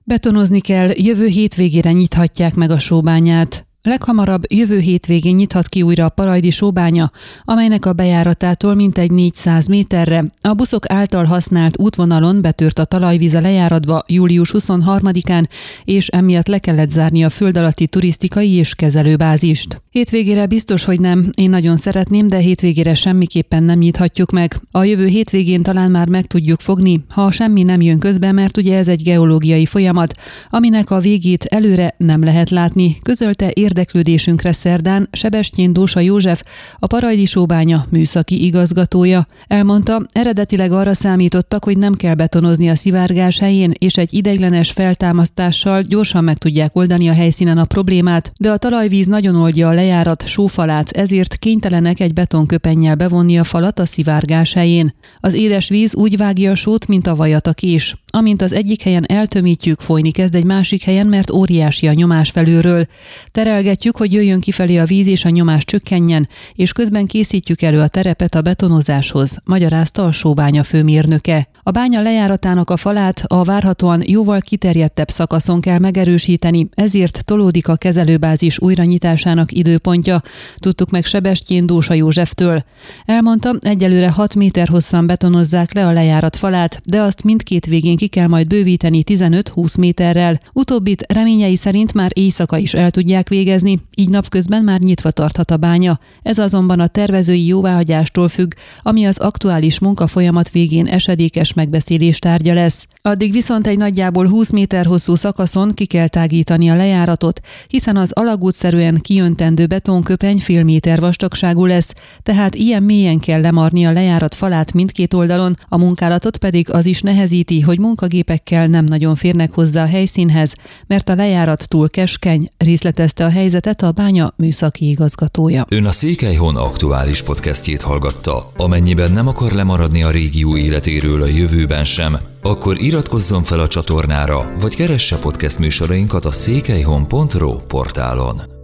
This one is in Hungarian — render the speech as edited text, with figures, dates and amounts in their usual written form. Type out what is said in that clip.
Betonozni kell, jövő hétvégére nyithatják meg a sóbányát. Leghamarabb jövő hétvégén nyithat ki újra a parajdi sóbánya, amelynek a bejáratától mintegy 400 méterre a buszok által használt útvonalon betört a talajvíz a lejáratba július 23-án, és emiatt le kellett zárni a föld alatti turisztikai és kezelőbázist. Hétvégére biztos, hogy nem. Én nagyon szeretném, de hétvégére semmiképpen nem nyithatjuk meg. A jövő hétvégén talán már meg tudjuk fogni, ha semmi nem jön közbe, mert ugye ez egy geológiai folyamat, aminek a végét előre nem lehet látni, közölte érdeklődésünkre szerdán Sebestyén Dósa József, a parajdi sóbánya műszaki igazgatója. Elmondta, eredetileg arra számítottak, hogy nem kell betonozni a szivárgás helyén, és egy ideiglenes feltámasztással gyorsan meg tudják oldani a helyszínen a problémát, de a talajvíz nagyon oldja a lejárat sófalát, ezért kénytelenek egy betonköpennyel bevonni a falat a szivárgás helyén. Az édes víz úgy vágja a sót, mint a vajat a kés. Amint az egyik helyen eltömítjük, folyni kezd egy másik helyen, mert óriási a nyomás felülről. Terelgetjük, hogy jöjjön kifelé a víz és a nyomás csökkenjen, és közben készítjük elő a terepet a betonozáshoz, magyarázta a sóbánya főmérnöke. A bánya lejáratának a falát a várhatóan jóval kiterjedtebb szakaszon kell megerősíteni, ezért tolódik a kezelőbázis újranyitásának időpontja, tudtuk meg Sebestyén Dósa Józseftől. Elmondta, egyelőre 6 méter hosszan betonozzák le a lejárat falát, de azt mindkét végén ki kell majd bővíteni 15-20 méterrel. Utóbbit reményei szerint már éjszaka is el tudják végezni, így napközben már nyitva tarthat a bánya. Ez azonban a tervezői jóváhagyástól függ, ami az aktuális munkafolyamat végén esedékes megbeszélés tárgya lesz. Addig viszont egy nagyjából 20 méter hosszú szakaszon ki kell tágítani a lejáratot, hiszen az alagútszerűen kijöntendő betonköpeny fél méter vastagságú lesz, tehát ilyen mélyen kell lemarni a lejárat falát mindkét oldalon, a munkálatot pedig az is nehezíti, hogy munkagépekkel nem nagyon férnek hozzá a helyszínhez, mert a lejárat túl keskeny, részletezte a helyzetet a bánya műszaki igazgatója. Ön a Székelyhon aktuális podcastjét hallgatta. Amennyiben nem akar lemaradni a régió életéről a jövőben sem, akkor iratkozzon fel a csatornára, vagy keresse podcast műsorainkat a székelyhon.ro portálon.